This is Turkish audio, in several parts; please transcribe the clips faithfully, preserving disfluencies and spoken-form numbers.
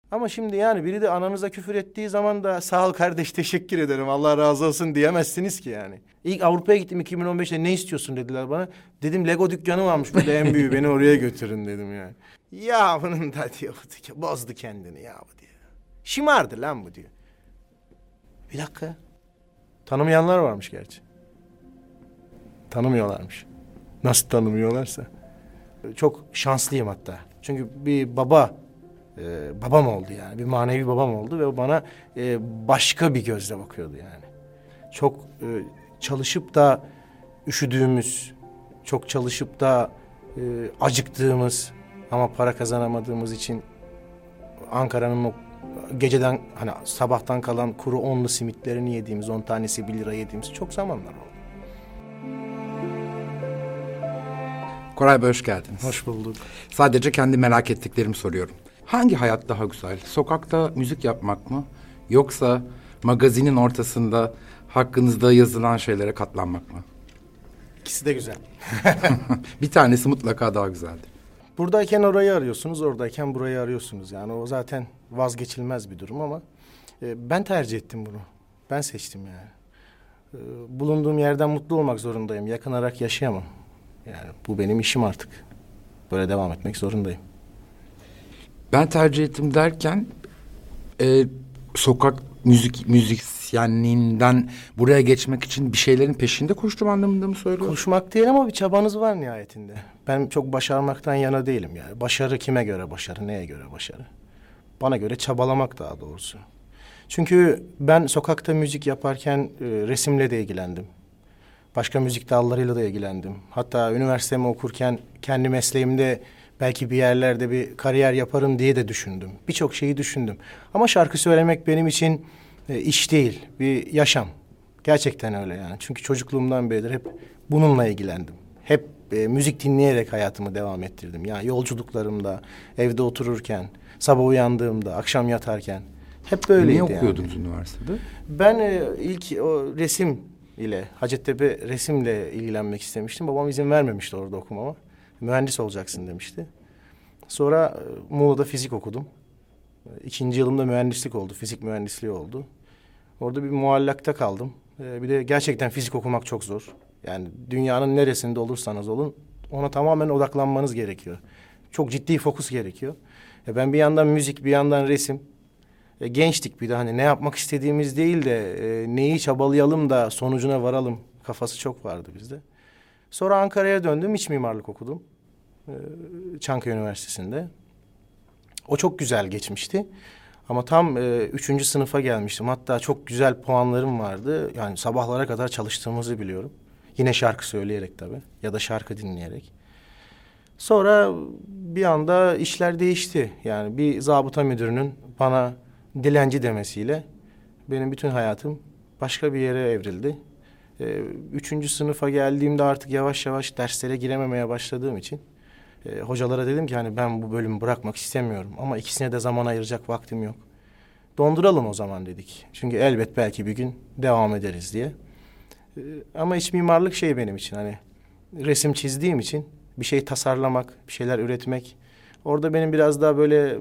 Ama şimdi yani biri de ananıza küfür ettiği zaman da sağ ol kardeş teşekkür ederim Allah razı olsun diyemezsiniz ki yani. İlk Avrupa'ya gittim iki bin on beşte ne istiyorsun dediler bana. Dedim Lego dükkanı varmış burada en büyüğü beni oraya götürün dedim yani. Ya bunun da diyor bozdu kendini ya bu diyor. Şımardı lan bu diyor. Bir dakika. Tanımayanlar varmış gerçi. Tanımıyorlarmış. Nasıl tanımıyorlarsa. Çok şanslıyım hatta. Çünkü bir baba, e, babam oldu yani. Bir manevi babam oldu ve o bana e, başka bir gözle bakıyordu yani. Çok e, çalışıp da üşüdüğümüz, çok çalışıp da e, acıktığımız ama para kazanamadığımız için Ankara'nın o geceden hani sabahtan kalan kuru onlu simitlerini yediğimiz, on tanesi bir lira yediğimiz çok zamanlar oldu. Koray Bey hoş geldiniz. Hoş bulduk. Sadece kendi merak ettiklerimi soruyorum. Hangi hayat daha güzel? Sokakta müzik yapmak mı? Yoksa magazinin ortasında hakkınızda yazılan şeylere katlanmak mı? İkisi de güzel. Bir tanesi mutlaka daha güzeldir. Buradayken orayı arıyorsunuz, oradayken burayı arıyorsunuz. Yani o zaten vazgeçilmez bir durum ama e, ben tercih ettim bunu. Ben seçtim yani. E, bulunduğum yerden mutlu olmak zorundayım. Yakınarak yaşayamam. Yani bu benim işim artık. Böyle devam etmek zorundayım. Ben tercih ettim derken e, sokak müzik müzisyenliğinden buraya geçmek için bir şeylerin peşinde koştum anlamında mı söylüyorsun? Koşmak değil ama bir çabanız var nihayetinde. Ben çok başarmaktan yana değilim yani. Başarı kime göre başarı, neye göre başarı? Bana göre çabalamak daha doğrusu. Çünkü ben sokakta müzik yaparken e, resimle de ilgilendim. Başka müzik dallarıyla da ilgilendim. Hatta üniversitemi okurken kendi mesleğimde belki bir yerlerde bir kariyer yaparım diye de düşündüm. Birçok şeyi düşündüm. Ama şarkı söylemek benim için e, iş değil, bir yaşam. Gerçekten öyle yani. Çünkü çocukluğumdan beridir hep bununla ilgilendim. Hep e, müzik dinleyerek hayatımı devam ettirdim. Yani yolculuklarımda, evde otururken, sabah uyandığımda, akşam yatarken hep böyleydi. Ne okuyordunuz yani üniversitede? Ben e, ilk o resim ile Hacettepe resimle ilgilenmek istemiştim. Babam izin vermemişti orada okumama. Mühendis olacaksın demişti. Sonra e, Muğla'da fizik okudum. E, ikinci yılımda mühendislik oldu. Fizik mühendisliği oldu. Orada bir muallakta kaldım. E, bir de gerçekten fizik okumak çok zor. Yani dünyanın neresinde olursanız olun ona tamamen odaklanmanız gerekiyor. Çok ciddi fokus gerekiyor. E, ben bir yandan müzik, bir yandan resim. E, gençtik bir de hani ne yapmak istediğimiz değil de e, neyi çabalayalım da sonucuna varalım kafası çok vardı bizde. Sonra Ankara'ya döndüm, iç mimarlık okudum. E, Çankaya Üniversitesi'nde. O çok güzel geçmişti. Ama tam e, üçüncü sınıfa gelmiştim. Hatta çok güzel puanlarım vardı. Yani sabahlara kadar çalıştığımızı biliyorum. Yine şarkı söyleyerek tabii ya da şarkı dinleyerek. Sonra bir anda işler değişti. Yani bir zabıta müdürünün bana dilenci demesiyle benim bütün hayatım başka bir yere evrildi. Ee, üçüncü sınıfa geldiğimde artık yavaş yavaş derslere girememeye başladığım için e, hocalara dedim ki hani ben bu bölümü bırakmak istemiyorum ama ikisine de zaman ayıracak vaktim yok. Donduralım o zaman dedik. Çünkü elbet belki bir gün devam ederiz diye. Ee, ama iç mimarlık şey benim için hani resim çizdiğim için bir şey tasarlamak, bir şeyler üretmek. Orada benim biraz daha böyle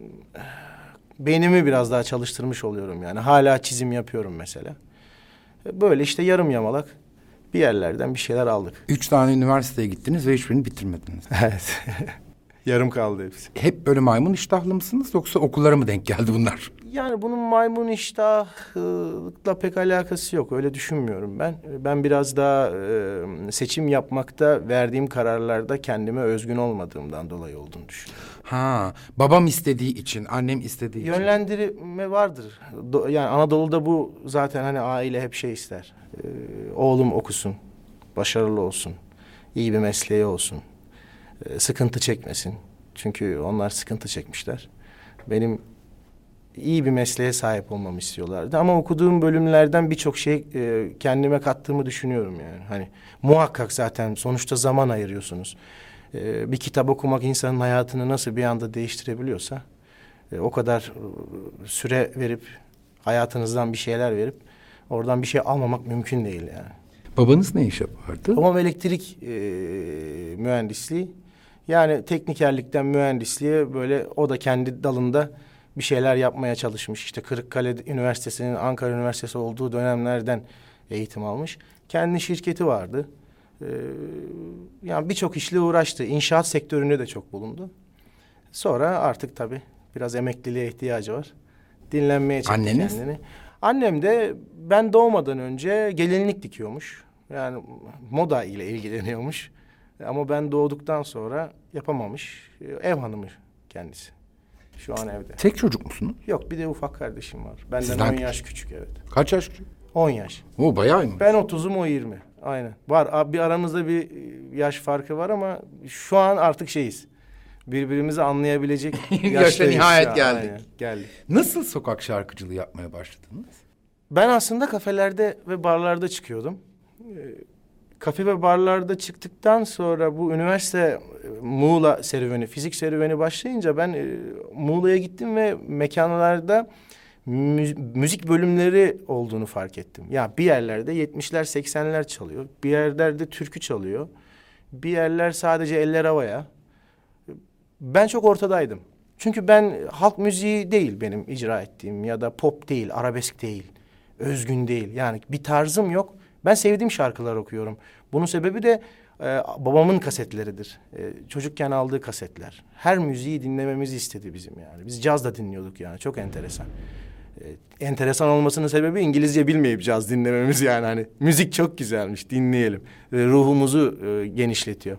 beynimi biraz daha çalıştırmış oluyorum yani. Hala çizim yapıyorum mesela. Böyle işte yarım yamalak bir yerlerden bir şeyler aldık. Üç tane üniversiteye gittiniz ve hiçbirini bitirmediniz. Evet. Yarım kaldı hepsi. Hep böyle maymun iştahlı mısınız yoksa okullara mı denk geldi bunlar? Yani bunun maymun iştahlıkla pek alakası yok. Öyle düşünmüyorum ben. Ben biraz daha e, seçim yapmakta, verdiğim kararlarda kendime özgün olmadığımdan dolayı olduğunu düşünüyorum. Ha, babam istediği için, annem istediği için. Yönlendirme vardır. Do, yani Anadolu'da bu zaten hani aile hep şey ister. Ee, oğlum okusun, başarılı olsun, iyi bir mesleği olsun, ee, sıkıntı çekmesin. Çünkü onlar sıkıntı çekmişler. Benim iyi bir mesleğe sahip olmamı istiyorlardı. Ama okuduğum bölümlerden birçok şey e, kendime kattığımı düşünüyorum yani. Hani muhakkak zaten sonuçta zaman ayırıyorsunuz. Ee, bir kitap okumak insanın hayatını nasıl bir anda değiştirebiliyorsa e, o kadar e, süre verip hayatınızdan bir şeyler verip oradan bir şey almamak mümkün değil yani. Babanız ne iş yapardı? Babam elektrik e, mühendisliği. Yani teknikerlikten mühendisliğe böyle o da kendi dalında bir şeyler yapmaya çalışmış. İşte Kırıkkale Üniversitesi'nin Ankara Üniversitesi olduğu dönemlerden eğitim almış. Kendi şirketi vardı. Ee, yani birçok işle uğraştı. İnşaat sektöründe de çok bulundu. Sonra artık tabii biraz emekliliğe ihtiyacı var. Dinlenmeye çekti Anneniz? kendini. Annem de ben doğmadan önce gelinlik dikiyormuş. Yani moda ile ilgileniyormuş. Ama ben doğduktan sonra yapamamış. Ev hanımı kendisi. Şu an evde. Tek çocuk musunuz? Yok, bir de ufak kardeşim var. Benden Sizden on yaş küçük, evet. Kaç yaş küçük? on yaş. Oo, bayağı mı? Ben otuzum, o yirmi. Aynen. Var bir aramızda bir yaş farkı var ama şu an artık şeyiz. Birbirimizi anlayabilecek Yaşta yaştayız nihayet şu an. geldik. Aynen, geldik. Nasıl sokak şarkıcılığı yapmaya başladınız? Ben aslında kafelerde ve barlarda çıkıyordum. Ee, kafe ve barlarda çıktıktan sonra bu üniversite e, Muğla serüveni, fizik serüveni başlayınca ben e, Muğla'ya gittim ve mekanlarda mü- müzik bölümleri olduğunu fark ettim. Ya bir yerlerde yetmişler seksenler çalıyor. Bir yerlerde türkü çalıyor. Bir yerler sadece eller havaya. Ben çok ortadaydım. Çünkü ben halk müziği değil benim icra ettiğim ya da pop değil, arabesk değil, özgün değil. Yani bir tarzım yok. Ben sevdiğim şarkılar okuyorum. Bunun sebebi de e, babamın kasetleridir. E, çocukken aldığı kasetler. Her müziği dinlememizi istedi bizim yani. Biz caz da dinliyorduk yani. Çok enteresan. E, enteresan olmasının sebebi İngilizce bilmeyip caz dinlememiz yani. Hani müzik çok güzelmiş, dinleyelim. E, ruhumuzu e, genişletiyor.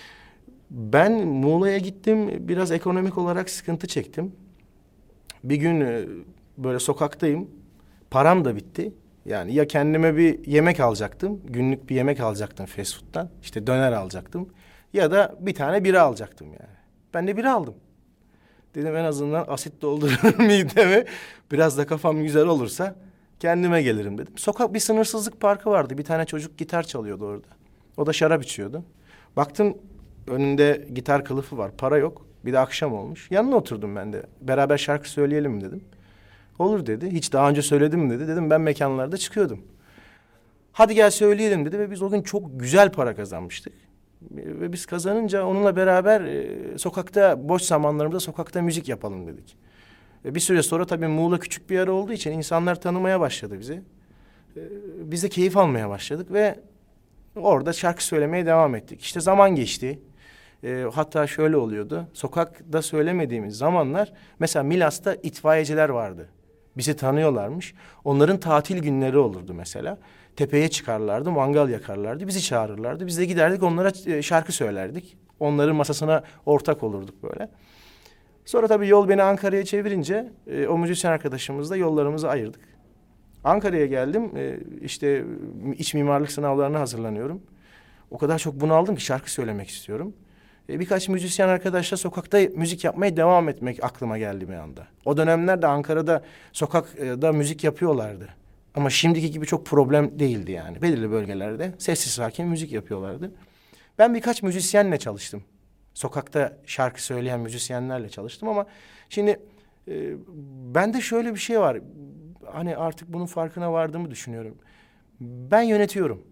Ben Muğla'ya gittim. Biraz ekonomik olarak sıkıntı çektim. Bir gün e, böyle sokaktayım. Param da bitti. Yani ya kendime bir yemek alacaktım. Günlük bir yemek alacaktım fast food'dan. İşte döner alacaktım. Ya da bir tane bira alacaktım yani. Ben de bira aldım. Dedim en azından asit doldurur mideme. Biraz da kafam güzel olursa kendime gelirim dedim. Sokak bir sınırsızlık parkı vardı. Bir tane çocuk gitar çalıyordu orada. O da şarap içiyordu. Baktım önünde gitar kılıfı var. Para yok. Bir de akşam olmuş. Yanına oturdum ben de. Beraber şarkı söyleyelim mi dedim. Olur dedi. Hiç daha önce söyledim mi dedi. Dedim ben mekanlarda çıkıyordum. Hadi gel söyleyelim dedi ve biz o gün çok güzel para kazanmıştık. Ve biz kazanınca onunla beraber e, sokakta boş zamanlarımızda sokakta müzik yapalım dedik. E, bir süre sonra tabii Muğla küçük bir yer olduğu için insanlar tanımaya başladı bizi. E, biz de keyif almaya başladık ve orada şarkı söylemeye devam ettik. İşte zaman geçti. E, hatta şöyle oluyordu. Sokakta söylemediğimiz zamanlar mesela Milas'ta itfaiyeciler vardı. Bizi tanıyorlarmış. Onların tatil günleri olurdu mesela. Tepeye çıkarlardı, mangal yakarlardı. Bizi çağırırlardı. Biz de giderdik onlara e, şarkı söylerdik. Onların masasına ortak olurduk böyle. Sonra tabii yol beni Ankara'ya çevirince e, o müzisyen arkadaşımızla yollarımızı ayırdık. Ankara'ya geldim. E, işte iç mimarlık sınavlarına hazırlanıyorum. O kadar çok bunaldım ki şarkı söylemek istiyorum. E, birkaç müzisyen arkadaşla sokakta müzik yapmaya devam etmek aklıma geldi bir anda. O dönemlerde Ankara'da sokakta müzik yapıyorlardı. Ama şimdiki gibi çok problem değildi yani. Belirli bölgelerde sessiz sakin müzik yapıyorlardı. Ben birkaç müzisyenle çalıştım. Sokakta şarkı söyleyen müzisyenlerle çalıştım ama şimdi e, bende şöyle bir şey var. Hani artık bunun farkına vardığımı düşünüyorum. Ben yönetiyorum.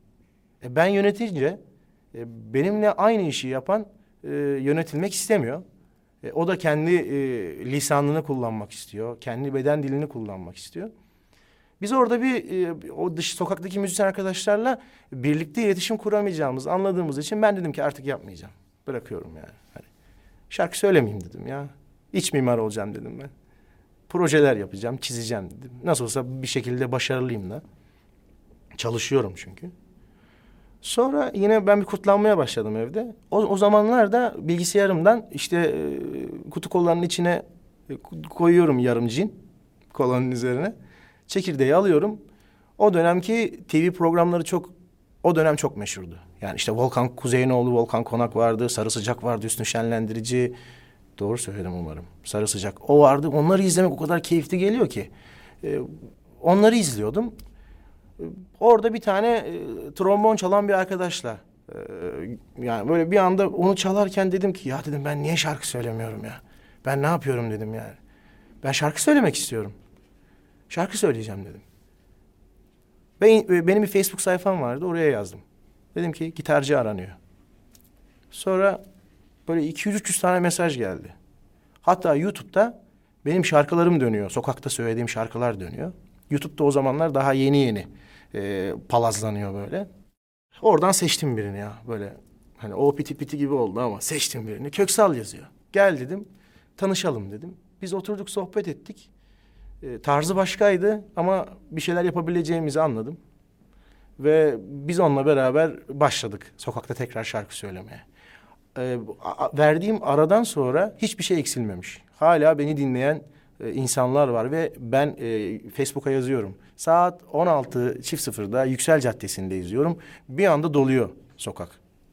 E, ben yönetince e, benimle aynı işi yapan e, yönetilmek istemiyor. E, o da kendi e, lisanını kullanmak istiyor. Kendi beden dilini kullanmak istiyor. Biz orada bir e, o dış sokaktaki müzisyen arkadaşlarla birlikte iletişim kuramayacağımızı anladığımız için ben dedim ki artık yapmayacağım. Bırakıyorum yani. Hani şarkı söylemeyeyim dedim ya. İç mimar olacağım dedim ben. Projeler yapacağım, çizeceğim dedim. Nasıl olsa bir şekilde başarılıyım da. Çalışıyorum çünkü. Sonra yine ben bir kurtlanmaya başladım evde. O, o zamanlarda bilgisayarımdan işte e, kutu kolanın içine e, koyuyorum yarım cin kolanın üzerine. Çekirdeği alıyorum. O dönemki T V programları çok, o dönem çok meşhurdu. Yani işte Volkan Kuzeyinoğlu, Volkan Konak vardı, Sarı Sıcak vardı, Hüsnü Şenlendirici. Doğru söyledim umarım. Sarı Sıcak. O vardı. Onları izlemek o kadar keyifli geliyor ki. Ee, onları izliyordum. Ee, orada bir tane e, trombon çalan bir arkadaşla. E, yani böyle bir anda onu çalarken dedim ki ya dedim ben niye şarkı söylemiyorum ya? Ben ne yapıyorum dedim yani. Ben şarkı söylemek istiyorum. Şarkı söyleyeceğim dedim. Ve benim bir Facebook sayfam vardı. Oraya yazdım. Dedim ki gitarcı aranıyor. Sonra böyle iki yüz üç yüz tane mesaj geldi. Hatta YouTube'da Benim şarkılarım dönüyor. Sokakta söylediğim şarkılar dönüyor. YouTube'da o zamanlar daha yeni yeni e, palazlanıyor böyle. Oradan seçtim birini ya böyle. Hani o piti piti gibi oldu ama seçtim birini. Köksal yazıyor. Gel dedim. Tanışalım dedim. Biz oturduk sohbet ettik. E, tarzı başkaydı ama bir şeyler yapabileceğimizi anladım. Ve biz onunla beraber başladık sokakta tekrar şarkı söylemeye. E, a, verdiğim aradan sonra hiçbir şey eksilmemiş. Hala beni dinleyen e, insanlar var ve ben e, Facebook'a yazıyorum. Saat on altı sıfırda Yüksel Caddesi'nde izliyorum. Bir anda doluyor sokak.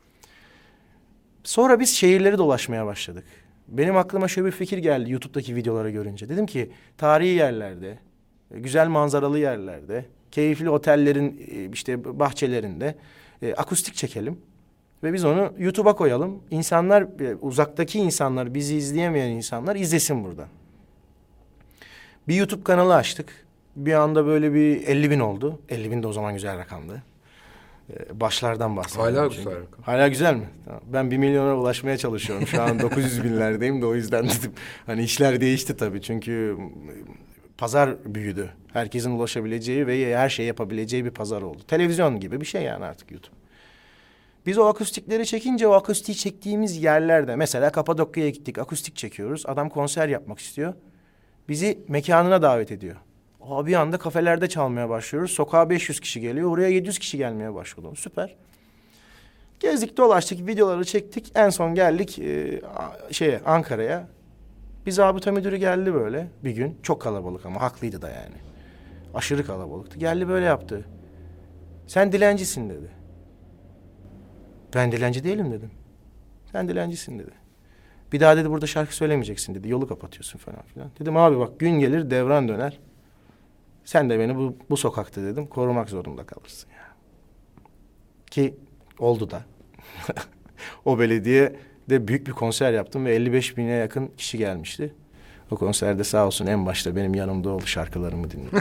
Sonra biz şehirleri dolaşmaya başladık. Benim aklıma şöyle bir fikir geldi YouTube'daki videoları görünce. Dedim ki tarihi yerlerde, güzel manzaralı yerlerde, keyifli otellerin işte bahçelerinde e, akustik çekelim. Ve biz onu YouTube'a koyalım. İnsanlar, e, uzaktaki insanlar, bizi izleyemeyen insanlar izlesin burada. Bir YouTube kanalı açtık. Bir anda böyle bir elli bin oldu. elli bin de o zaman güzel rakamdı. Ee, başlardan bahsediyorum. Hala çünkü. güzel rakam. Hala güzel mi? Tamam. Ben bir milyona ulaşmaya çalışıyorum. Şu an dokuz yüz binlerdeyim de o yüzden dedim. Hani işler değişti tabii. Çünkü pazar büyüdü. Herkesin ulaşabileceği ve her şeyi yapabileceği bir pazar oldu. Televizyon gibi bir şey yani artık YouTube. Biz o akustikleri çekince o akustiği çektiğimiz yerlerde mesela Kapadokya'ya gittik. Akustik çekiyoruz. Adam konser yapmak istiyor. Bizi mekanına davet ediyor. Aa, bir anda kafelerde çalmaya başlıyoruz. Sokağa beş yüz kişi geliyor. Oraya yedi yüz kişi gelmeye başladı. Süper. Gezdik dolaştık. Videoları çektik. En son geldik e, şeye Ankara'ya. Bir zabıta müdürü geldi böyle bir gün. Çok kalabalık ama haklıydı da yani. Aşırı kalabalıktı. Geldi böyle yaptı. Sen dilencisin dedi. Ben dilenci değilim dedim. Sen dilencisin dedi. Bir daha dedi burada şarkı söylemeyeceksin dedi. Yolu kapatıyorsun falan filan. Dedim abi bak gün gelir devran döner. Sen de beni bu, bu sokakta dedim korumak zorunda kalırsın ya. Ki oldu da. O belediye de büyük bir konser yaptım ve elli beş bine yakın kişi gelmişti. O konserde sağ olsun en başta benim yanımda oldu şarkılarımı dinledi.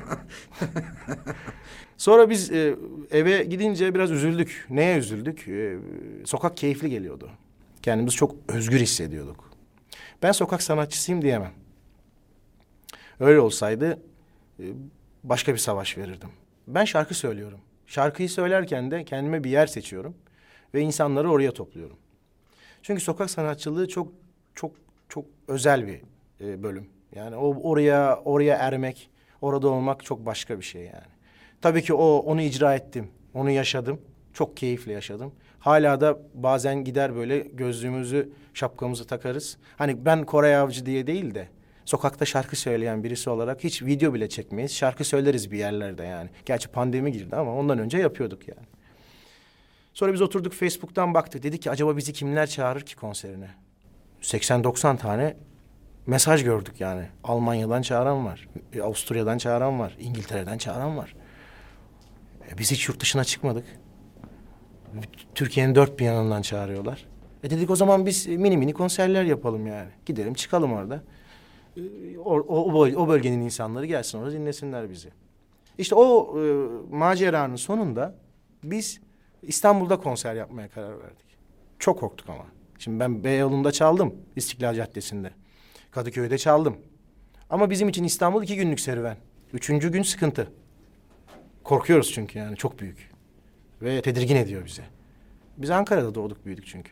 Sonra biz e, eve gidince biraz üzüldük. Neye üzüldük? E, sokak keyifli geliyordu. Kendimizi çok özgür hissediyorduk. Ben sokak sanatçısıyım diyemem. Öyle olsaydı e, başka bir savaş verirdim. Ben şarkı söylüyorum. Şarkıyı söylerken de kendime bir yer seçiyorum ve insanları oraya topluyorum. Çünkü sokak sanatçılığı çok çok çok özel bir e, bölüm. Yani o oraya oraya ermek, orada olmak çok başka bir şey yani. Tabii ki o onu icra ettim, onu yaşadım, çok keyifle yaşadım. Hala da bazen gider böyle gözlüğümüzü, şapkamızı takarız. Hani ben Koray Avcı diye değil de sokakta şarkı söyleyen birisi olarak hiç video bile çekmeyiz. Şarkı söyleriz bir yerlerde yani. Gerçi pandemi girdi ama ondan önce yapıyorduk yani. Sonra biz oturduk Facebook'tan baktık. Dedik ki acaba bizi kimler çağırır ki konserine? seksen doksan tane mesaj gördük yani. Almanya'dan çağıran var. Avusturya'dan çağıran var. İngiltere'den çağıran var. E biz hiç yurt dışına çıkmadık. Türkiye'nin dört bir yanından çağırıyorlar. E dedik o zaman biz mini mini konserler yapalım yani. Gidelim çıkalım orada. E, o, o, o bölgenin insanları gelsin orada dinlesinler bizi. İşte o e, maceranın sonunda biz İstanbul'da konser yapmaya karar verdik. Çok korktuk ama. Şimdi ben Beyoğlu'nda çaldım İstiklal Caddesi'nde. Kadıköy'de çaldım. Ama bizim için İstanbul iki günlük serüven. Üçüncü gün sıkıntı. Korkuyoruz çünkü yani çok büyük. Ve tedirgin ediyor bizi. Biz Ankara'da doğduk büyüdük çünkü.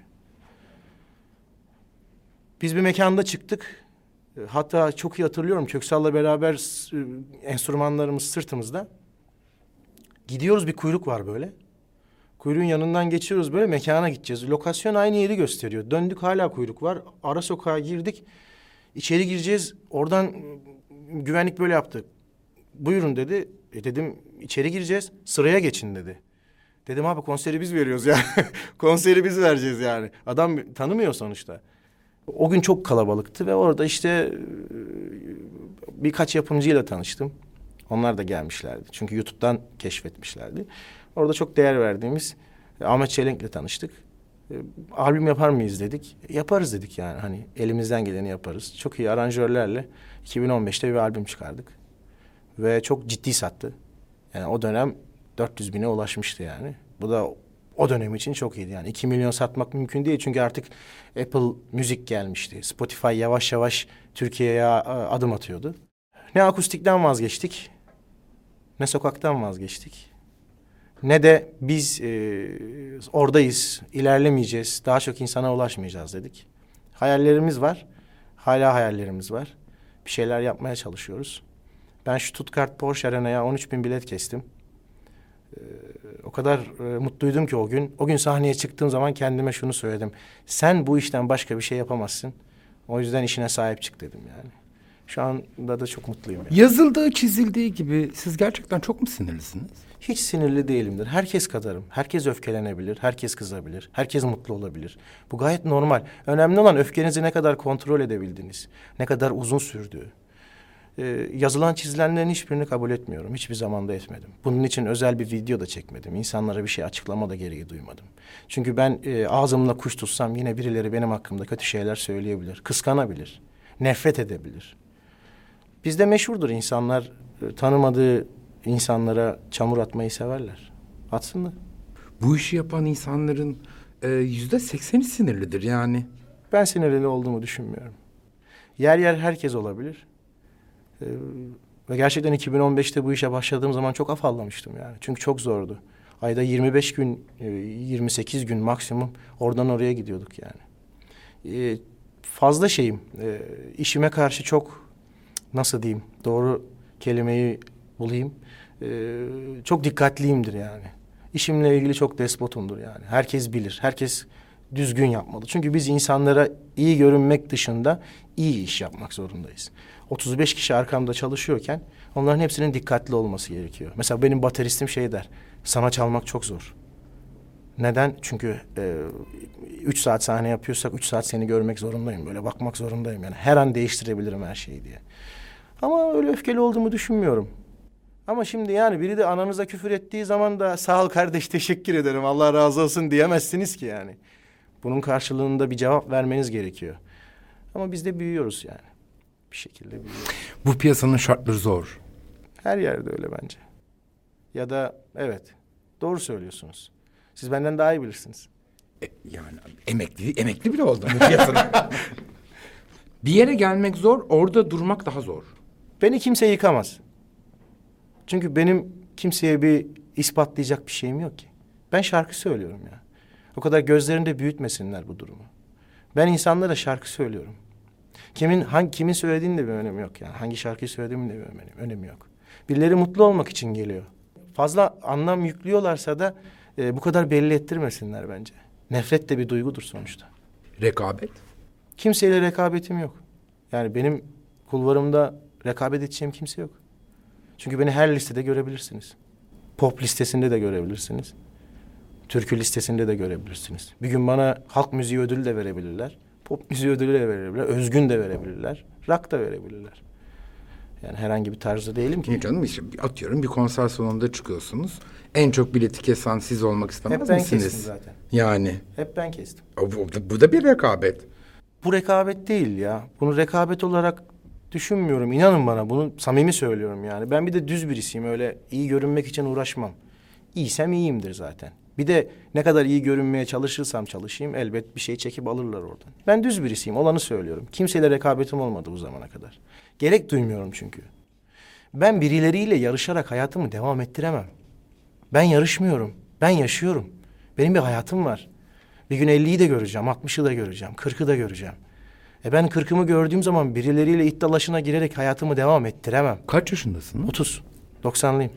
Biz bir mekanda çıktık. Hatta çok iyi hatırlıyorum Köksal'la beraber enstrümanlarımız sırtımızda. Gidiyoruz bir kuyruk var böyle. Kuyruğun yanından geçiyoruz böyle mekana gideceğiz. Lokasyon aynı yeri gösteriyor. Döndük hala kuyruk var. Ara sokağa girdik. İçeri gireceğiz. Oradan güvenlik böyle yaptı. Buyurun dedi. E dedim içeri gireceğiz. Sıraya geçin dedi. Dedim abi konseri biz veriyoruz ya. Konseri biz vereceğiz yani. Adam tanımıyor sonuçta. O gün çok kalabalıktı ve orada işte birkaç yapımcıyla tanıştım. Onlar da gelmişlerdi. Çünkü YouTube'dan keşfetmişlerdi. Orada çok değer verdiğimiz Ahmet Çelenk'le tanıştık. E, albüm yapar mıyız dedik. E, yaparız dedik yani. Hani elimizden geleni yaparız. Çok iyi aranjörlerle iki bin on beşte bir albüm çıkardık. Ve çok ciddi sattı. Yani o dönem dört yüz bine ulaşmıştı yani. Bu da O dönem için çok iyiydi yani. iki milyon satmak mümkün değil çünkü artık Apple Müzik gelmişti. Spotify yavaş yavaş Türkiye'ye adım atıyordu. Ne akustikten vazgeçtik, ne sokaktan vazgeçtik. Ne de biz e, oradayız, ilerlemeyeceğiz, daha çok insana ulaşmayacağız dedik. Hayallerimiz var, hala hayallerimiz var. Bir şeyler yapmaya çalışıyoruz. Ben Stuttgart Porsche Arena'ya on üç bin bilet kestim. Ee, o kadar e, mutluydum ki o gün. O gün sahneye çıktığım zaman kendime şunu söyledim. Sen bu işten başka bir şey yapamazsın. O yüzden işine sahip çık dedim yani. Şu anda da çok mutluyum. Yani. Yazıldığı, çizildiği gibi siz gerçekten çok mu sinirlisiniz? Hiç sinirli değilimdir. Herkes kadarım. Herkes öfkelenebilir, herkes kızabilir, herkes mutlu olabilir. Bu gayet normal. Önemli olan öfkenizi ne kadar kontrol edebildiniz, ne kadar uzun sürdüğü. Ee, yazılan çizilenlerin hiçbirini kabul etmiyorum. Hiçbir zamanda etmedim. Bunun için özel bir video da çekmedim. İnsanlara bir şey açıklama da gereği duymadım. Çünkü ben e, ağzımla kuş tutsam yine birileri benim hakkımda kötü şeyler söyleyebilir, kıskanabilir, nefret edebilir. Bizde meşhurdur insanlar e, tanımadığı insanlara çamur atmayı severler. Atsınlar. Bu işi yapan insanların e, yüzde sekseni sinirlidir yani. Ben sinirli olduğumu düşünmüyorum. Yer yer herkes olabilir. Ee, ve gerçekten iki bin on beşte bu işe başladığım zaman çok afallamıştım yani. Çünkü çok zordu. Ayda yirmi beş gün, yirmi sekiz gün maksimum oradan oraya gidiyorduk yani. Ee, fazla şeyim. Ee, işime karşı çok, nasıl diyeyim, doğru kelimeyi bulayım. Ee, çok dikkatliyimdir yani. İşimle ilgili çok despotumdur yani. Herkes bilir, herkes düzgün yapmalı. Çünkü biz insanlara iyi görünmek dışında iyi iş yapmak zorundayız. otuz beş kişi arkamda çalışıyorken onların hepsinin dikkatli olması gerekiyor. Mesela benim bateristim şey der, sana çalmak çok zor. Neden? Çünkü e, üç saat sahne yapıyorsak üç saat seni görmek zorundayım. Böyle bakmak zorundayım yani. Her an değiştirebilirim her şeyi diye. Ama öyle öfkeli olduğumu düşünmüyorum. Ama şimdi yani biri de ananıza küfür ettiği zaman da sağ ol kardeş teşekkür ederim Allah razı olsun diyemezsiniz ki yani. Bunun karşılığında bir cevap vermeniz gerekiyor. Ama biz de büyüyoruz yani. Bir şekilde büyüyoruz. Bu piyasanın şartları zor. Her yerde öyle bence. Ya da evet doğru söylüyorsunuz. Siz benden daha iyi bilirsiniz. E, yani emekli emekli bile oldum bu piyasanın. Bir yere gelmek zor, orada durmak daha zor. Beni kimse yıkamaz. Çünkü benim kimseye bir ispatlayacak bir şeyim yok ki. Ben şarkı söylüyorum ya. O kadar gözlerinde büyütmesinler bu durumu. Ben insanlara şarkı söylüyorum. Kimin hangi kimin söylediğinin de bir önemi yok yani. Hangi şarkıyı söylediğimin de bir önemi, önemi yok. Birileri mutlu olmak için geliyor. Fazla anlam yüklüyorlarsa da e, bu kadar belli ettirmesinler bence. Nefret de bir duygudur sonuçta. Rekabet. Kimseyle rekabetim yok. Yani benim kulvarımda rekabet edeceğim kimse yok. Çünkü beni her listede görebilirsiniz. Pop listesinde de görebilirsiniz. Türkü listesinde de görebilirsiniz. Bir gün bana halk müziği ödülü de verebilirler. Pop müziği ödülü de verebilirler. Özgün de verebilirler. Rock da verebilirler. Yani herhangi bir tarzda değilim ki. Niye canım işte atıyorum bir konser salonunda çıkıyorsunuz. En çok bileti kesen siz olmak istemez Hep ben misiniz? kestim zaten. Yani. Hep ben kestim. O, bu, bu da bir rekabet. Bu rekabet değil ya. Bunu rekabet olarak düşünmüyorum. İnanın bana bunu samimi söylüyorum yani. Ben bir de düz birisiyim. Öyle iyi görünmek için uğraşmam. İyiysem iyiyimdir zaten. Bir de ne kadar iyi görünmeye çalışırsam çalışayım elbet bir şey çekip alırlar oradan. Ben düz birisiyim. Olanı söylüyorum. Kimseyle rekabetim olmadı bu zamana kadar. Gerek duymuyorum çünkü. Ben birileriyle yarışarak hayatımı devam ettiremem. Ben yarışmıyorum. Ben yaşıyorum. Benim bir hayatım var. Bir gün elliyi de göreceğim, altmışı da göreceğim, kırkı da göreceğim. E ben kırkımı gördüğüm zaman birileriyle iddialaşına girerek hayatımı devam ettiremem. Kaç yaşındasın? otuz. doksanlıyım.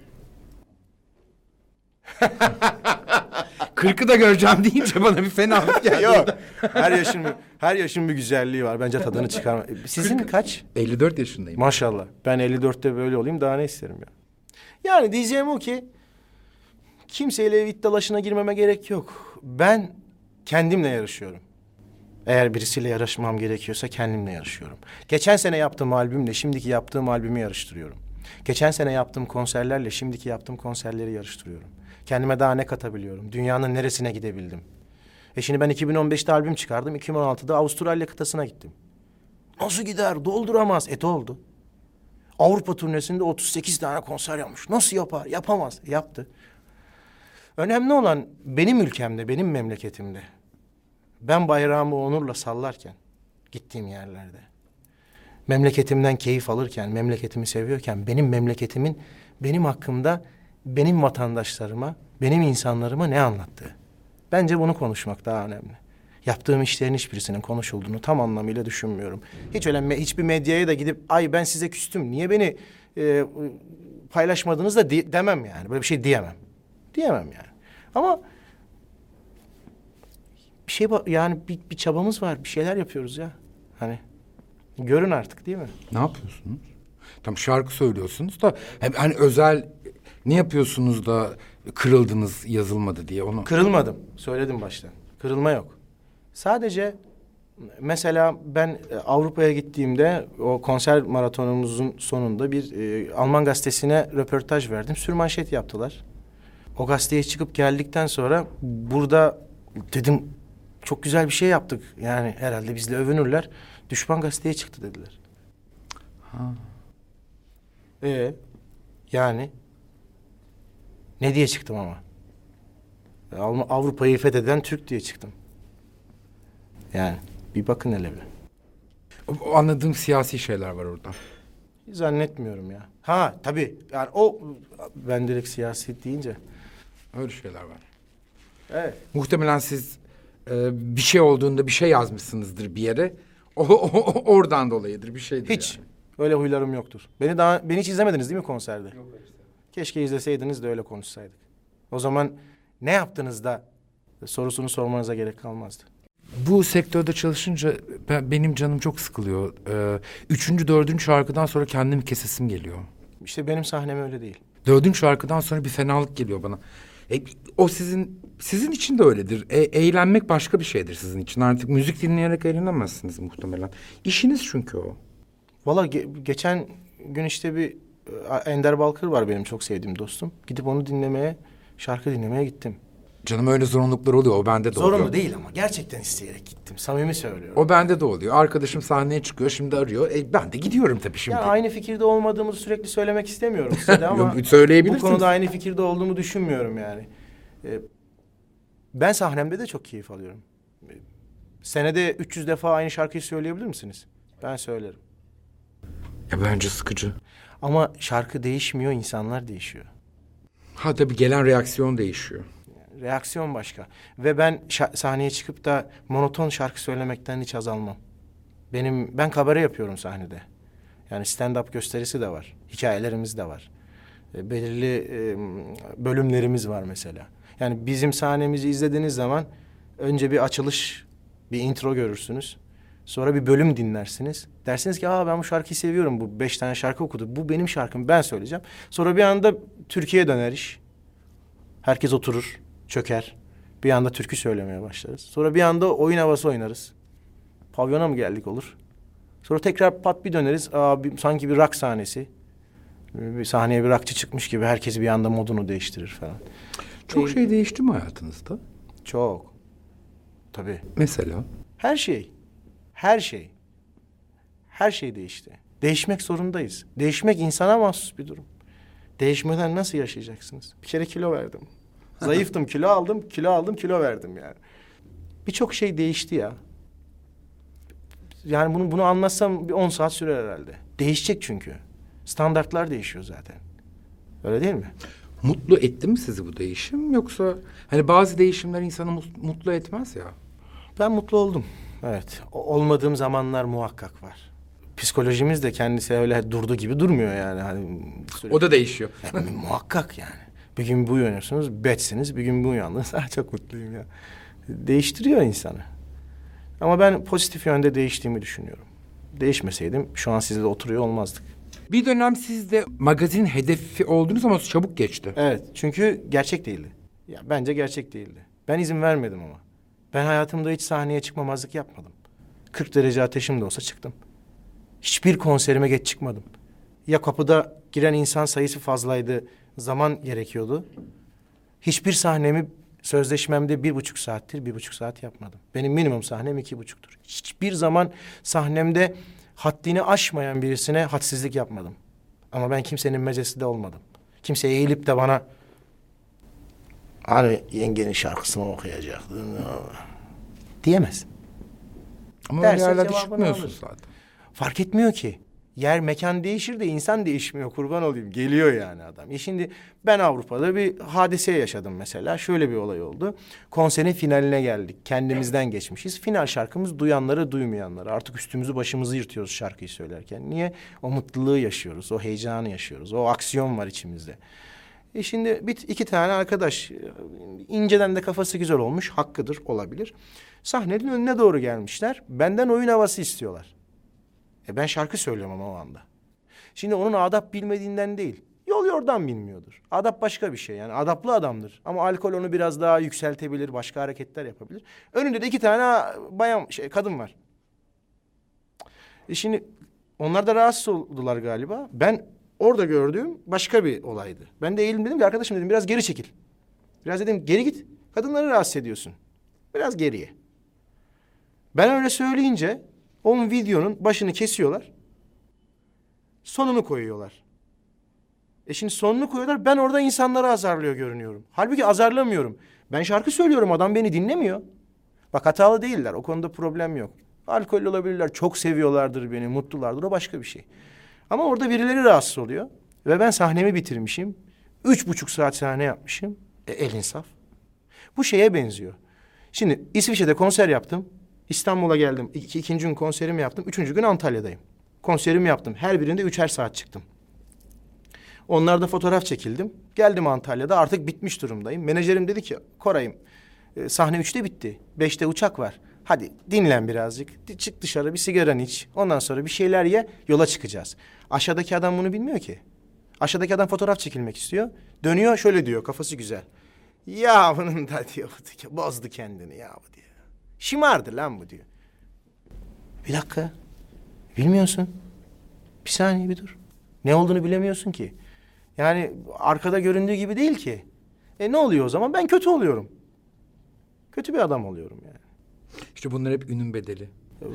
Kırkı da göreceğim deyince bana bir fenalık geldi. Yok. Her yaşın her yaşın bir güzelliği var. Bence tadını çıkarma. Sizin kaç? elli dört yaşındayım. Maşallah. Ben elli dörtte böyle olayım daha ne isterim ya. Yani diyeceğim o ki kimseyle iddialaşına girmeme gerek yok. Ben kendimle yarışıyorum. Eğer birisiyle yarışmam gerekiyorsa kendimle yarışıyorum. Geçen sene yaptığım albümle şimdiki yaptığım albümü yarıştırıyorum. Geçen sene yaptığım konserlerle şimdiki yaptığım konserleri yarıştırıyorum. Kendime daha ne katabiliyorum? Dünyanın neresine gidebildim? E şimdi ben iki bin on beşte albüm çıkardım. iki bin on altıda Avustralya kıtasına gittim. Nasıl gider? Dolduramaz. E oldu. Avrupa turnesinde otuz sekiz tane konser yapmış. Nasıl yapar? Yapamaz. E, yaptı. Önemli olan benim ülkemde, benim memleketimde. Ben bayrağımı onurla sallarken, gittiğim yerlerde. Memleketimden keyif alırken, memleketimi seviyorken, benim memleketimin benim hakkımda, benim vatandaşlarıma, benim insanlarıma ne anlattığı. Bence bunu konuşmak daha önemli. Yaptığım işlerin hiçbirisinin konuşulduğunu tam anlamıyla düşünmüyorum. Hiç öyle me- hiçbir medyaya da gidip ay ben size küstüm, niye beni e, paylaşmadınız da di- demem yani. Böyle bir şey diyemem. Diyemem yani. Ama bir şey ba- yani bir, bir çabamız var, bir şeyler yapıyoruz ya. Hani görün artık değil mi? Ne yapıyorsunuz? Tam şarkı söylüyorsunuz da hem hani özel ne yapıyorsunuz da kırıldınız yazılmadı diye onu. Kırılmadım. Söyledim baştan. Kırılma yok. Sadece mesela ben e, Avrupa'ya gittiğimde o konser maratonumuzun sonunda bir e, Alman gazetesine röportaj verdim. Sürmanşet yaptılar. O gazeteye çıkıp geldikten sonra burada dedim çok güzel bir şey yaptık. Yani herhalde bizle övünürler. Düşman gazeteye çıktı dediler. Ha. Ee, yani ne diye çıktım ama? Alm- Avrupa'yı fetheden Türk diye çıktım. Yani bir bakın hele bir. O- o anladığım siyasi şeyler var orada. Zannetmiyorum ya. Ha tabii yani o ben direkt siyasi deyince. Öyle şeyler var. Evet. Muhtemelen siz e, bir şey olduğunda bir şey yazmışsınızdır bir yere. O, o- oradan dolayıdır bir şeydir. Hiç yani. öyle huylarım yoktur. Beni daha beni hiç izlemediniz değil mi konserde? Yok işte. Keşke izleseydiniz de öyle konuşsaydık. O zaman ne yaptınız da sorusunu sormanıza gerek kalmazdı. Bu sektörde çalışınca ben, benim canım çok sıkılıyor. Ee, üçüncü, dördüncü şarkıdan sonra kendimi kesesim geliyor. İşte benim sahnem öyle değil. Dördüncü şarkıdan sonra bir fenalık geliyor bana. E, o sizin sizin için de öyledir. E, eğlenmek başka bir şeydir sizin için. Artık müzik dinleyerek eğlenemezsiniz muhtemelen. İşiniz çünkü o. Valla ge- geçen gün işte bir e, Ender Balkır var benim çok sevdiğim dostum. Gidip onu dinlemeye, şarkı dinlemeye gittim. Canım öyle zorunluluklar oluyor. O bende de oluyor. Zorunlu değil ama gerçekten isteyerek gittim. Samimi söylüyorum. O bende de oluyor. Arkadaşım sahneye çıkıyor, şimdi arıyor. E, ben de gidiyorum tabii şimdi. Ya aynı fikirde olmadığımızı sürekli söylemek istemiyorum size de ama Yok, bu söyleyebilirsiniz. konuda aynı fikirde olduğumu düşünmüyorum yani. Ee, ben sahnemde de çok keyif alıyorum. Ee, senede üç yüz defa aynı şarkıyı söyleyebilir misiniz? Ben söylerim. Ya bence sıkıcı. Ama şarkı değişmiyor, insanlar değişiyor. Ha tabii gelen reaksiyon değişiyor. Reaksiyon başka. Ve ben şa- sahneye çıkıp da monoton şarkı söylemekten hiç haz almam. Benim ben kabare yapıyorum sahnede. Yani stand-up gösterisi de var. Hikayelerimiz de var. E, belirli e, bölümlerimiz var mesela. Yani bizim sahnemizi izlediğiniz zaman önce bir açılış, bir intro görürsünüz. Sonra bir bölüm dinlersiniz. Dersiniz ki aa ben bu şarkıyı seviyorum. Bu beş tane şarkı okudu. Bu benim şarkım, ben söyleyeceğim. Sonra bir anda Türkiye'ye döner iş. Herkes oturur, çöker. Bir anda türkü söylemeye başlarız. Sonra bir anda oyun havası oynarız. Pavyona mı geldik olur. Sonra tekrar pat bir döneriz. Aa, bir, sanki bir rock sahnesi. Bir sahneye bir rockçı çıkmış gibi herkes bir anda modunu değiştirir falan. Çok Ee, şey değişti mi hayatınızda? Çok. Tabii. Mesela? Her şey. Her şey. Her şey değişti. Değişmek zorundayız. Değişmek insana mahsus bir durum. Değişmeden nasıl yaşayacaksınız? Bir kere kilo verdim. Zayıftım, kilo aldım, kilo aldım, kilo verdim yani. Birçok şey değişti ya. Yani bunu bunu anlatsam bir on saat sürer herhalde. Değişecek çünkü. Standartlar değişiyor zaten. Öyle değil mi? Mutlu etti mi sizi bu değişim, yoksa hani bazı değişimler insanı mus- mutlu etmez ya. Ben mutlu oldum. Evet. O- olmadığım zamanlar muhakkak var. Psikolojimiz de kendisi öyle durduğu gibi durmuyor yani. Hani sürekli- O da değişiyor. Yani muhakkak yani. Bir gün bu uyanıyorsunuz, betsiniz. Bir gün bu uyandınız. Ah, çok mutluyum ya. Değiştiriyor insanı. Ama ben pozitif yönde değiştiğimi düşünüyorum. Değişmeseydim şu an sizle de oturuyor olmazdık. Bir dönem siz de magazin hedefi oldunuz ama çabuk geçti. Evet, çünkü gerçek değildi. Ya bence gerçek değildi. Ben izin vermedim ama. Ben hayatımda hiç sahneye çıkmamazlık yapmadım. kırk derece ateşim de olsa çıktım. Hiçbir konserime geç çıkmadım. Ya kapıda giren insan sayısı fazlaydı, zaman gerekiyordu. Hiçbir sahnemi sözleşmemde bir buçuk saattir, bir buçuk saat yapmadım. Benim minimum sahnem iki buçuktur. Hiçbir zaman sahnemde haddini aşmayan birisine hadsizlik yapmadım. Ama ben kimsenin mecesi de olmadım. Kimseye eğilip de bana Hani yengenin şarkısını okuyacaktın. Diyemez. Ama Derse öyle yerlerde cevabını çıkmıyorsun alır. zaten. Fark etmiyor ki. Yer mekan değişir de insan değişmiyor, kurban olayım. Geliyor yani adam. E şimdi ben Avrupa'da bir hadise yaşadım mesela. Şöyle bir olay oldu. Konserin finaline geldik. Kendimizden geçmişiz. Final şarkımız duyanları duymayanları. Artık üstümüzü başımızı yırtıyoruz şarkıyı söylerken. Niye? O mutluluğu yaşıyoruz. O heyecanı yaşıyoruz. O aksiyon var içimizde. E şimdi bir, iki tane arkadaş inceden de kafası güzel olmuş. Hakkıdır, olabilir. Sahnenin önüne doğru gelmişler. Benden oyun havası istiyorlar. E ben şarkı söylüyorum ama o anda. Şimdi onun adap bilmediğinden değil. Yol yordan bilmiyordur. Adap başka bir şey yani. Adaplı adamdır. Ama alkol onu biraz daha yükseltebilir. Başka hareketler yapabilir. Önünde de iki tane bayan şey kadın var. E şimdi onlar da rahatsız oldular galiba. Ben orada gördüğüm başka bir olaydı. Ben de eğilim dedim ki arkadaşım dedim biraz geri çekil. Biraz dedim geri git. Kadınları rahatsız ediyorsun. Biraz geriye. Ben öyle söyleyince onun videonun başını kesiyorlar. Sonunu koyuyorlar. E şimdi sonunu koyuyorlar. Ben orada insanları azarlıyor görünüyorum. Halbuki azarlamıyorum. Ben şarkı söylüyorum. Adam beni dinlemiyor. Bak hatalı değiller. O konuda problem yok. Alkollü olabilirler. Çok seviyorlardır beni. Mutlulardır. O başka bir şey. Ama orada birileri rahatsız oluyor. Ve ben sahnemi bitirmişim. Üç buçuk saat sahne yapmışım. E, el insaf. Bu şeye benziyor. Şimdi İsviçre'de konser yaptım. İstanbul'a geldim. İki, ikinci gün konserimi yaptım. Üçüncü gün Antalya'dayım. Konserimi yaptım. Her birinde üçer saat çıktım. Onlarda fotoğraf çekildim. Geldim Antalya'da artık bitmiş durumdayım. Menajerim dedi ki Koray'ım e, sahne üçte bitti. Beşte uçak var. Hadi dinlen birazcık. Çık dışarı bir sigaranı iç. Ondan sonra bir şeyler ye. Yola çıkacağız. Aşağıdaki adam bunu bilmiyor ki. Aşağıdaki adam fotoğraf çekilmek istiyor. Dönüyor şöyle diyor kafası güzel. Ya bunun da diyor bozdu kendini ya bu diyor. Şımardı lan bu diyor. Bir dakika. Bilmiyorsun. Bir saniye bir dur. Ne olduğunu bilemiyorsun ki. Yani arkada göründüğü gibi değil ki. E ne oluyor o zaman? Ben kötü oluyorum. Kötü bir adam oluyorum yani. İşte bunlar hep ünün bedeli.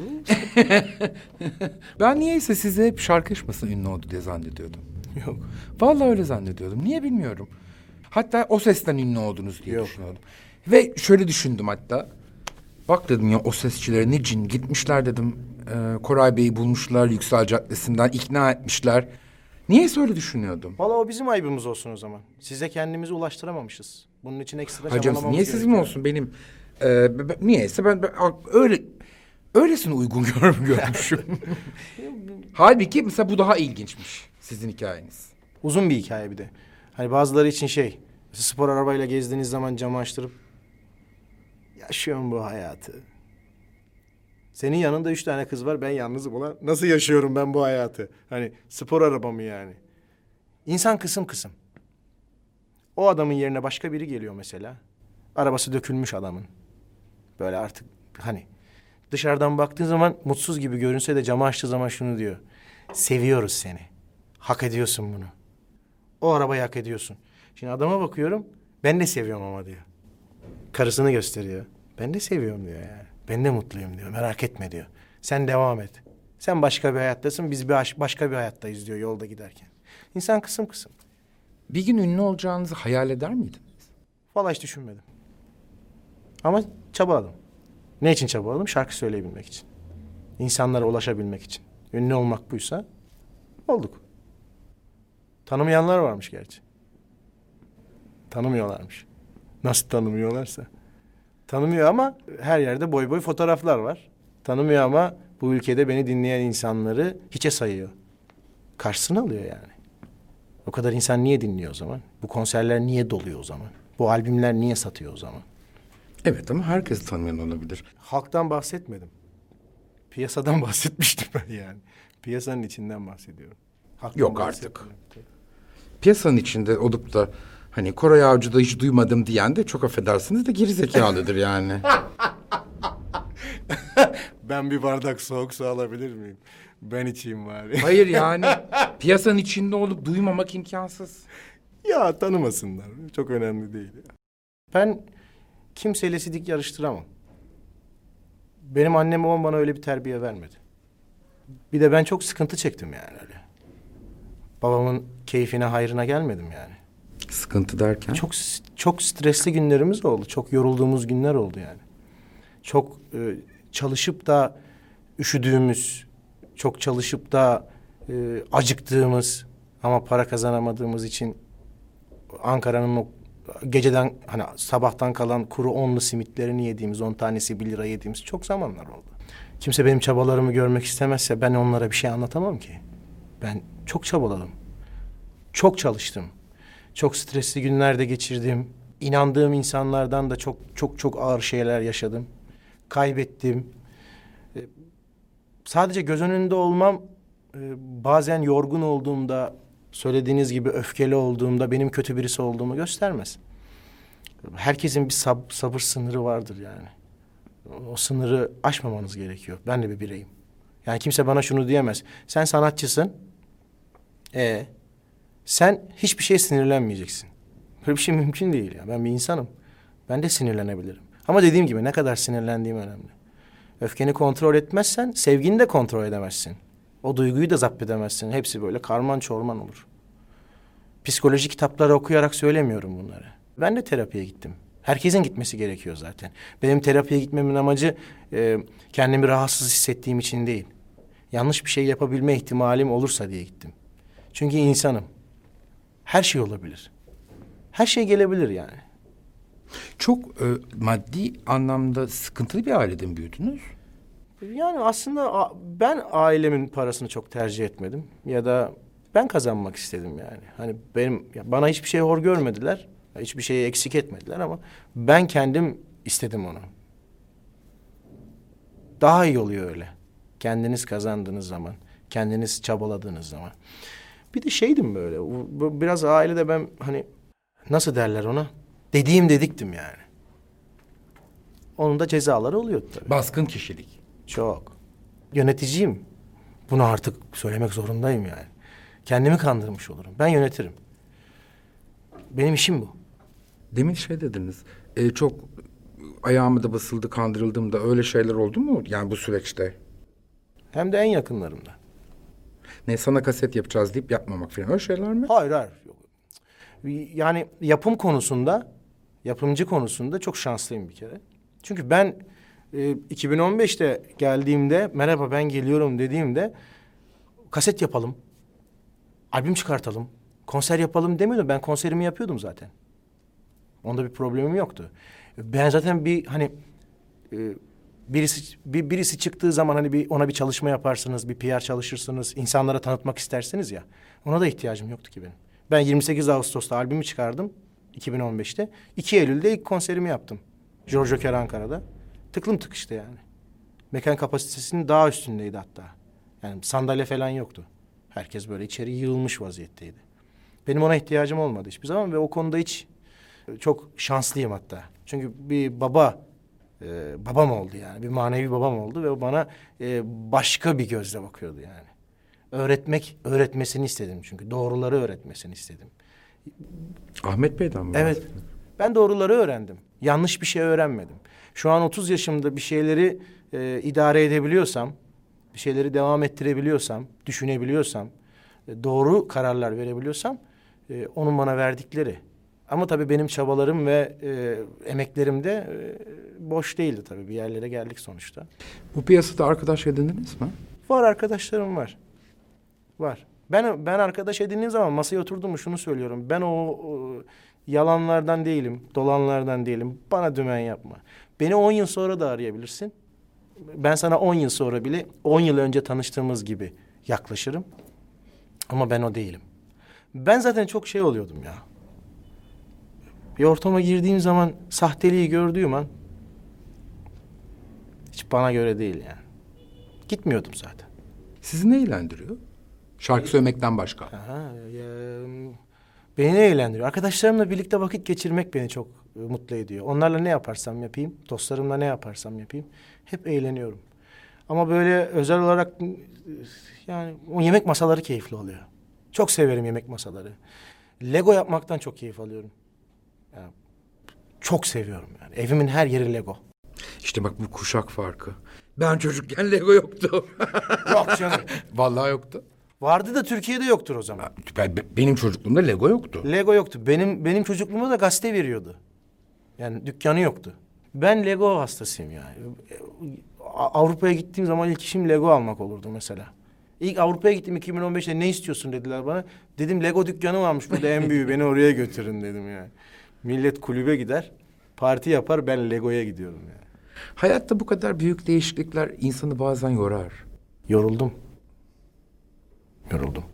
Ben niyeyse size hep şarkı yarışmasında ünlü oldu diye zannediyordum. Yok. Vallahi öyle zannediyordum. Niye bilmiyorum. Hatta o sesten ünlü oldunuz diye Yok. düşünüyordum. Ve şöyle düşündüm hatta. Bak dedim ya o sesçilere ne cin gitmişler dedim. Ee, Koray Bey'i bulmuşlar Yüksel Caddesi'nden ikna etmişler. Niyeyse öyle düşünüyordum. Vallahi o bizim ayıbımız olsun o zaman. Size kendimizi ulaştıramamışız. Bunun için ekstra Hacım çabalamamız niye sizin gerekiyor. olsun benim? Ee, be- be- niyeyse ben, ben öyle öylesine uygun gör, görmüşüm. Halbuki mesela bu daha ilginçmiş sizin hikayeniz. Uzun bir hikaye bir de. Hani bazıları için şey, spor arabayla gezdiğiniz zaman camı açtırıp yaşıyorum bu hayatı. Senin yanında üç tane kız var, ben yalnızım ulan. Nasıl yaşıyorum ben bu hayatı? Hani spor arabamı yani. İnsan kısım kısım. O adamın yerine başka biri geliyor mesela. Arabası dökülmüş adamın. Böyle artık hani dışarıdan baktığın zaman mutsuz gibi görünse de camı açtığı zaman şunu diyor. Seviyoruz seni. Hak ediyorsun bunu. O arabayı hak ediyorsun. Şimdi adama bakıyorum. Ben de seviyorum ama diyor. Karısını gösteriyor. Ben de seviyorum diyor yani. Ben de mutluyum diyor. Merak etme diyor. Sen devam et. Sen başka bir hayattasın. Biz bir baş- başka bir hayattayız diyor yolda giderken. İnsan kısım kısım. Bir gün ünlü olacağınızı hayal eder miydiniz? Vallahi hiç düşünmedim. Ama çabaladım. Ne için çabaladım? Şarkı söyleyebilmek için. İnsanlara ulaşabilmek için. Ünlü olmak buysa olduk. Tanımayanlar varmış gerçi. Tanımıyorlarmış. Nasıl tanımıyorlarsa. Tanımıyor ama her yerde boy boy fotoğraflar var. Tanımıyor ama bu ülkede beni dinleyen insanları hiçe sayıyor. Karşısına alıyor yani. O kadar insan niye dinliyor o zaman? Bu konserler niye doluyor o zaman? Bu albümler niye satıyor o zaman? Evet ama herkes tanıyan olabilir. Halktan bahsetmedim. Piyasadan bahsetmiştim ben yani. Piyasanın içinden bahsediyorum. Halktan Yok artık. bahsetmiyorum. Piyasanın içinde olup da hani Koray Avcı'da hiç duymadım diyen de çok affedersiniz de gerizekalıdır yani. Ben bir bardak soğuk su alabilir miyim? Ben içeyim bari. Hayır yani piyasanın içinde olup duymamak imkansız. Ya tanımasınlar. Çok önemli değil. Ben kimseyle sidik yarıştıramam. Benim annem babam bana öyle bir terbiye vermedi. Bir de ben çok sıkıntı çektim yani öyle. Babamın keyfine hayrına gelmedim yani. Sıkıntı derken? Çok çok stresli günlerimiz oldu. Çok yorulduğumuz günler oldu yani. Çok e, çalışıp da üşüdüğümüz, çok çalışıp da e, acıktığımız ama para kazanamadığımız için Ankara'nın o geceden hani sabahtan kalan kuru onlu simitlerini yediğimiz, on tanesi bir lira yediğimiz çok zamanlar oldu. Kimse benim çabalarımı görmek istemezse ben onlara bir şey anlatamam ki. Ben çok çabaladım. Çok çalıştım. Çok stresli günlerde geçirdim. İnandığım insanlardan da çok çok çok ağır şeyler yaşadım. Kaybettim. Ee, sadece göz önünde olmam e, bazen yorgun olduğumda, söylediğiniz gibi öfkeli olduğumda benim kötü birisi olduğumu göstermez. Herkesin bir sab sabır sınırı vardır yani. O sınırı aşmamanız gerekiyor. Ben de bir bireyim. Yani kimse bana şunu diyemez. Sen sanatçısın. E sen hiçbir şeye sinirlenmeyeceksin. Böyle bir şey mümkün değil ya. Ben bir insanım. Ben de sinirlenebilirim. Ama dediğim gibi ne kadar sinirlendiğim önemli. Öfkeni kontrol etmezsen sevgini de kontrol edemezsin. O duyguyu da zapt edemezsin. Hepsi böyle karman çorman olur. Psikoloji kitapları okuyarak söylemiyorum bunları. Ben de terapiye gittim. Herkesin gitmesi gerekiyor zaten. Benim terapiye gitmemin amacı e, kendimi rahatsız hissettiğim için değil. Yanlış bir şey yapabilme ihtimalim olursa diye gittim. Çünkü insanım. Her şey olabilir. Her şey gelebilir yani. Çok e, maddi anlamda sıkıntılı bir ailede mi büyüdünüz? Yani aslında ben ailemin parasını çok tercih etmedim. Ya da ben kazanmak istedim yani. Hani benim ya bana hiçbir şey hor görmediler. Hiçbir şeyi eksik etmediler ama ben kendim istedim onu. Daha iyi oluyor öyle. Kendiniz kazandığınız zaman, kendiniz çabaladığınız zaman. Bir de şeydim böyle, bu, biraz ailede ben hani nasıl derler ona? Dediğim dediktim yani. Onun da cezaları oluyor tabii. Baskın kişilik. Çok. Yöneticiyim. Bunu artık söylemek zorundayım yani. Kendimi kandırmış olurum. Ben yönetirim. Benim işim bu. Demin şey dediniz, e, çok ayağımı da basıldı, kandırıldım da öyle şeyler oldu mu yani bu süreçte? Hem de en yakınlarımda. Ne sana kaset yapacağız deyip yapmamak falan öyle şeyler mi? Hayır hayır. Yok. Yani yapım konusunda, yapımcı konusunda çok şanslıyım bir kere. Çünkü ben e, iki bin on beşte geldiğimde, merhaba ben geliyorum dediğimde kaset yapalım, albüm çıkartalım, konser yapalım demiyordum. Ben konserimi yapıyordum zaten. Onda bir problemim yoktu. Ben zaten bir hani e, birisi bir, birisi çıktığı zaman hani bir ona bir çalışma yaparsınız, bir P R çalışırsınız, insanlara tanıtmak istersiniz ya. Ona da ihtiyacım yoktu ki benim. Ben yirmi sekiz Ağustos'ta albümü çıkardım iki bin on beşte. iki Eylül'de ilk konserimi yaptım. George Joker Ankara'da. Tıklım tıkıştı yani. Mekan kapasitesinin daha üstündeydi hatta. Yani sandalye falan yoktu. Herkes böyle içeri yığılmış vaziyetteydi. Benim ona ihtiyacım olmadı hiçbir zaman ve o konuda hiç çok şanslıyım hatta. Çünkü bir baba, e, babam oldu yani. Bir manevi babam oldu ve o bana e, başka bir gözle bakıyordu yani. Öğretmek, öğretmesini istedim çünkü. Doğruları öğretmesini istedim. Ahmet Bey'den mi? Evet. Ben doğruları öğrendim. Yanlış bir şey öğrenmedim. Şu an otuz yaşımda bir şeyleri e, idare edebiliyorsam, bir şeyleri devam ettirebiliyorsam, düşünebiliyorsam, e, doğru kararlar verebiliyorsam, e, onun bana verdikleri. Ama tabii benim çabalarım ve e, emeklerim de e, boş değildi tabii. Bir yerlere geldik sonuçta. Bu piyasada arkadaş edindiniz mi? Var, arkadaşlarım var. Var. Ben ben arkadaş edindiğim zaman masaya oturdum mu şunu söylüyorum. Ben o, o yalanlardan değilim, dolanlardan değilim. Bana dümen yapma. Beni on yıl sonra da arayabilirsin. Ben sana on yıl sonra bile on yıl önce tanıştığımız gibi yaklaşırım. Ama ben o değilim. Ben zaten çok şey oluyordum ya. Bir ortama girdiğim zaman sahteliği gördüğüm an hiç bana göre değil yani. Gitmiyordum zaten. Sizi ne eğlendiriyor? Şarkı söylemekten başka. Aha, ya, beni ne eğlendiriyor? Arkadaşlarımla birlikte vakit geçirmek beni çok e, mutlu ediyor. Onlarla ne yaparsam yapayım, dostlarımla ne yaparsam yapayım, hep eğleniyorum. Ama böyle özel olarak e, yani o yemek masaları keyifli oluyor. Çok severim yemek masaları. Lego yapmaktan çok keyif alıyorum. Yani, çok seviyorum yani. Evimin her yeri Lego. İşte bak bu kuşak farkı. Ben çocukken Lego yoktu. Yok canım. Vallahi yoktu. Vardı da Türkiye'de yoktur o zaman. Ben- Benim çocukluğumda Lego yoktu. Lego yoktu. Benim benim çocukluğumda da gazete veriyordu. Yani dükkanı yoktu. Ben Lego hastasıyım yani. A- Avrupa'ya gittiğim zaman ilk işim Lego almak olurdu mesela. İlk Avrupa'ya gittim iki bin on beşte, ne istiyorsun dediler bana. Dedim Lego dükkanı varmış burada en büyüğü, beni oraya götürün dedim yani. Millet kulübe gider, parti yapar, ben Lego'ya gidiyorum yani. Hayatta bu kadar büyük değişiklikler insanı bazen yorar. Yoruldum. Yoruldum.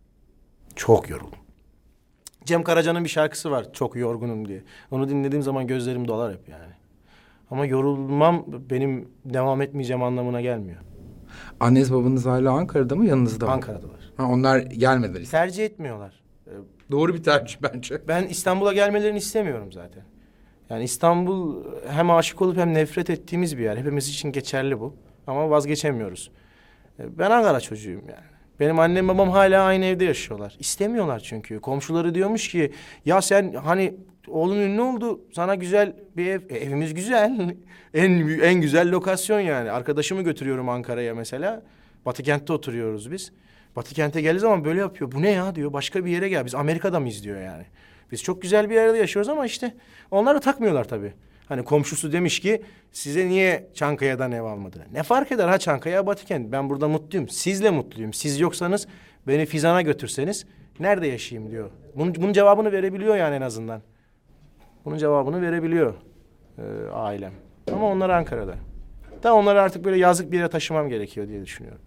Çok yoruldum. Cem Karaca'nın bir şarkısı var, çok yorgunum diye. Onu dinlediğim zaman gözlerim dolar hep yani. Ama yorulmam benim devam etmeyeceğim anlamına gelmiyor. Anneniz babanız hala Ankara'da mı, yanınızda mı? Ankara'dalar. Ha, onlar gelmediler. Tercih etmiyorlar. Ee, Doğru bir tercih bence. Ben İstanbul'a gelmelerini istemiyorum zaten. Yani İstanbul hem aşık olup hem nefret ettiğimiz bir yer. Hepimiz için geçerli bu. Ama vazgeçemiyoruz. Ee, Ben Ankara çocuğuyum yani. Benim annem babam hala aynı evde yaşıyorlar. İstemiyorlar çünkü. Komşuları diyormuş ki ya sen hani oğlun ünlü oldu, sana güzel bir ev. E, evimiz güzel. en en güzel lokasyon yani. Arkadaşımı götürüyorum Ankara'ya mesela. Batıkent'te oturuyoruz biz. Batıkent'e geldiği zaman böyle yapıyor. Bu ne ya diyor. Başka bir yere gel. Biz Amerika'da mıyız diyor yani. Biz çok güzel bir yerde yaşıyoruz ama işte onlar da takmıyorlar tabii. Hani komşusu demiş ki size niye Çankaya'dan ev almadın? Ne fark eder ha, Çankaya Batıkent. Ben burada mutluyum. Sizle mutluyum. Siz yoksanız beni Fizan'a götürseniz nerede yaşayayım diyor. Bunun, bunun cevabını verebiliyor yani en azından. Bunun cevabını verebiliyor e, ailem. Ama onlar Ankara'da. Da onları artık böyle yazlık bir yere taşımam gerekiyor diye düşünüyorum.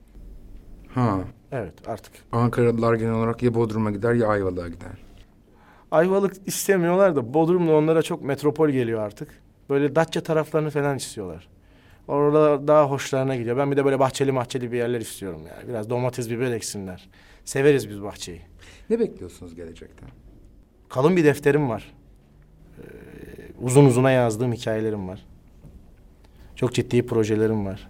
Ha. Evet artık. Ankaralılar genel olarak ya Bodrum'a gider ya Ayvalık'a gider. Ayvalık istemiyorlar da Bodrum'da onlara çok metropol geliyor artık. Böyle Datça taraflarını falan istiyorlar. Orada daha hoşlarına gidiyor. Ben bir de böyle bahçeli mahçeli bir yerler istiyorum yani. Biraz domates, biber eksinler. Severiz biz bahçeyi. Ne bekliyorsunuz gelecekten? Kalın bir defterim var. Ee, uzun uzuna yazdığım hikayelerim var. Çok ciddi projelerim var.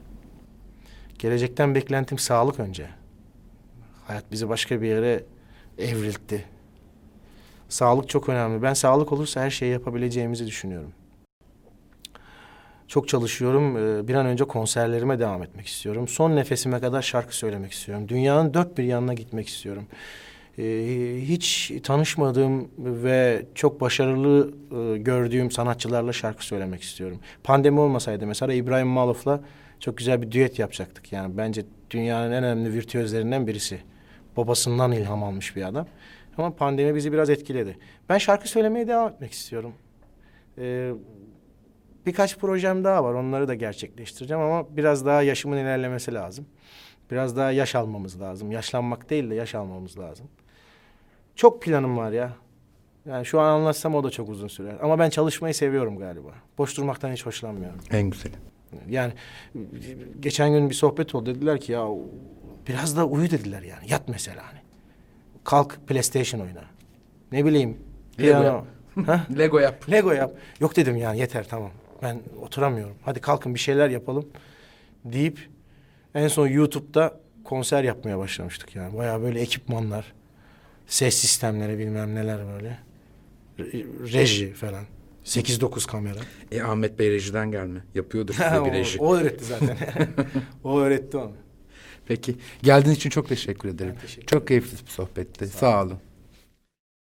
Gelecekten beklentim sağlık önce. Hayat bizi başka bir yere evriltti. Sağlık çok önemli. Ben sağlık olursa her şeyi yapabileceğimizi düşünüyorum. Çok çalışıyorum. Ee, Bir an önce konserlerime devam etmek istiyorum. Son nefesime kadar şarkı söylemek istiyorum. Dünyanın dört bir yanına gitmek istiyorum. Ee, Hiç tanışmadığım ve çok başarılı e, gördüğüm sanatçılarla şarkı söylemek istiyorum. Pandemi olmasaydı mesela İbrahim Maluf'la çok güzel bir düet yapacaktık. Yani bence dünyanın en önemli virtüözlerinden birisi. Babasından ilham almış bir adam. Ama pandemi bizi biraz etkiledi. Ben şarkı söylemeye devam etmek istiyorum. Ee, birkaç projem daha var. Onları da gerçekleştireceğim ama biraz daha yaşımın ilerlemesi lazım. Biraz daha yaş almamız lazım. Yaşlanmak değil de yaş almamız lazım. Çok planım var ya. Yani şu an anlatsam o da çok uzun sürer. Ama ben çalışmayı seviyorum galiba. Boş durmaktan hiç hoşlanmıyorum. En güzeli. Yani geçen gün bir sohbet oldu. Dediler ki ya biraz da uyu dediler yani. Yat mesela hani. Kalk PlayStation oyna. Ne bileyim. Lego Piyano. yap. Ha? Lego yap. Lego yap. Yok dedim yani yeter tamam. Ben oturamıyorum. Hadi kalkın bir şeyler yapalım deyip en son YouTube'da konser yapmaya başlamıştık yani. Bayağı böyle ekipmanlar, ses sistemleri bilmem neler böyle. Re- Reji falan. Sekiz dokuz kamera. E Ahmet Bey rejiden gelme. Yapıyordur Ha, size bir o, reji. o öğretti zaten. O öğretti onu. Peki. Geldiğiniz için çok teşekkür ederim. Ben teşekkür Çok keyifli bir sohbetti. Sağ olun.